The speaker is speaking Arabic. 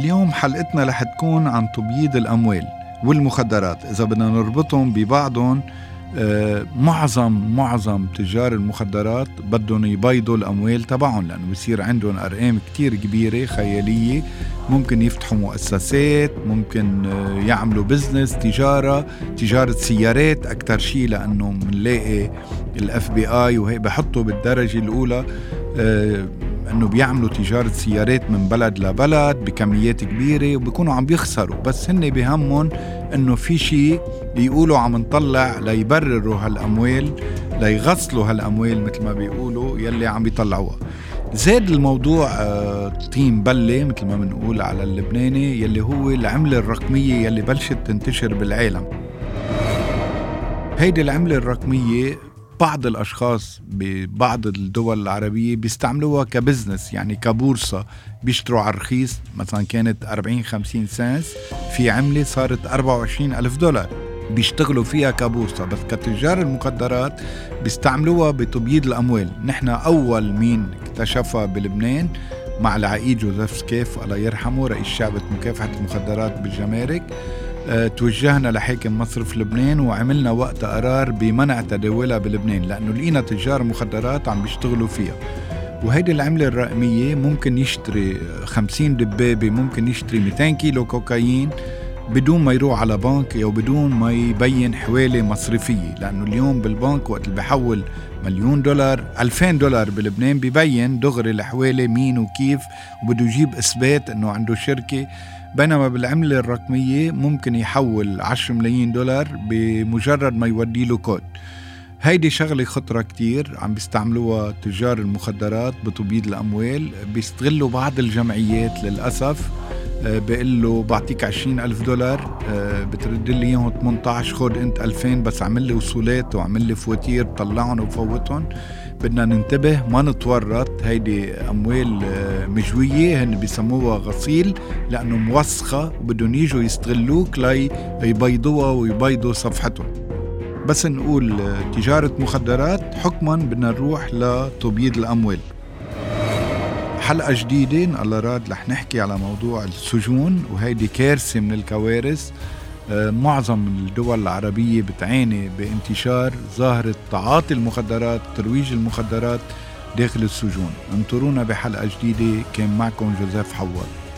اليوم حلقتنا رح تكون عن تبييض الأموال والمخدرات. إذا بدنا نربطهم ببعضهم، معظم تجار المخدرات بدهم يبيضوا الأموال تبعهم، لأنه بيصير عندهم أرقام كتير كبيرة خيالية. ممكن يفتحوا مؤسسات، ممكن يعملوا بزنس، تجارة سيارات أكتر شيء، لأنه منلاقي FBI وهي بحطوا بالدرجة الأولى أنه بيعملوا تجارة سيارات من بلد لبلد بكميات كبيرة وبيكونوا عم بيخسروا، بس هن بهمهم أنه في شيء يقولوا عم نطلع ليبرروا هالأموال، ليغسلوا هالأموال مثل ما بيقولوا يلي عم بيطلعوها. زاد الموضوع طين بلة مثل ما بنقول على اللبناني، يلي هو العملة الرقمية يلي بلشت تنتشر بالعالم. هيدي العملة الرقمية بعض الأشخاص ببعض الدول العربية بيستعملوها كبزنس، يعني كبورصة، بيشتروا على الرخيص. مثلا كانت 40-50 سنس، في عملة صارت $24,000 بيشتغلوا فيها كبورصة. بس كتجار المخدرات بيستعملوها بتبييض الأموال. نحن أول مين اكتشفها بلبنان مع العقيد جوزيف سكيف الله يرحمه، رئيس شعبة مكافحة المخدرات بالجمارك. توجهنا لحاكم مصرف لبنان وعملنا وقت قرار بمنع تداولها بلبنان، لأنه لقينا تجار مخدرات عم بيشتغلوا فيها. وهيدي العملة الرقمية ممكن يشتري 50 دبابة، ممكن يشتري 200 كيلو كوكايين بدون ما يروح على بنك أو بدون ما يبين حوالي مصرفية. لأنه اليوم بالبنك وقت اللي بحول $1,000,000 $2,000 بلبنان بيبين دغري الحوالي مين وكيف، وبده يجيب إثبات أنه عنده شركة. بينما بالعملة الرقمية ممكن يحول $10 ملايين بمجرد ما يودي له كود. هيدي شغلة خطرة كتير عم بيستعملوها تجار المخدرات بتبييض الأموال. بيستغلوا بعض الجمعيات للأسف، بيقول له بعطيك $20,000 بترد لي اياهم 18، خد انت 2000 بس عمل لي وصولات وعمل لي فواتير طلعهم وفوتهم. بدنا ننتبه ما نتورط. هيدي أموال مجوية، هن بيسموها غسيل لأنه موسخة، وبدهم يجوا يستغلوك ليبيضوها ويبيضوا صفحتهم. بس نقول تجارة مخدرات حكما بدنا نروح لتبييض الأموال. حلقة جديدة إن الله راد رح نحكي على موضوع السجون، وهيدي كارثة من الكوارث. معظم الدول العربية بتعاني بانتشار ظاهرة تعاطي المخدرات، ترويج المخدرات داخل السجون. انطرونا بحلقة جديدة. كان معكم جوزيف حوال.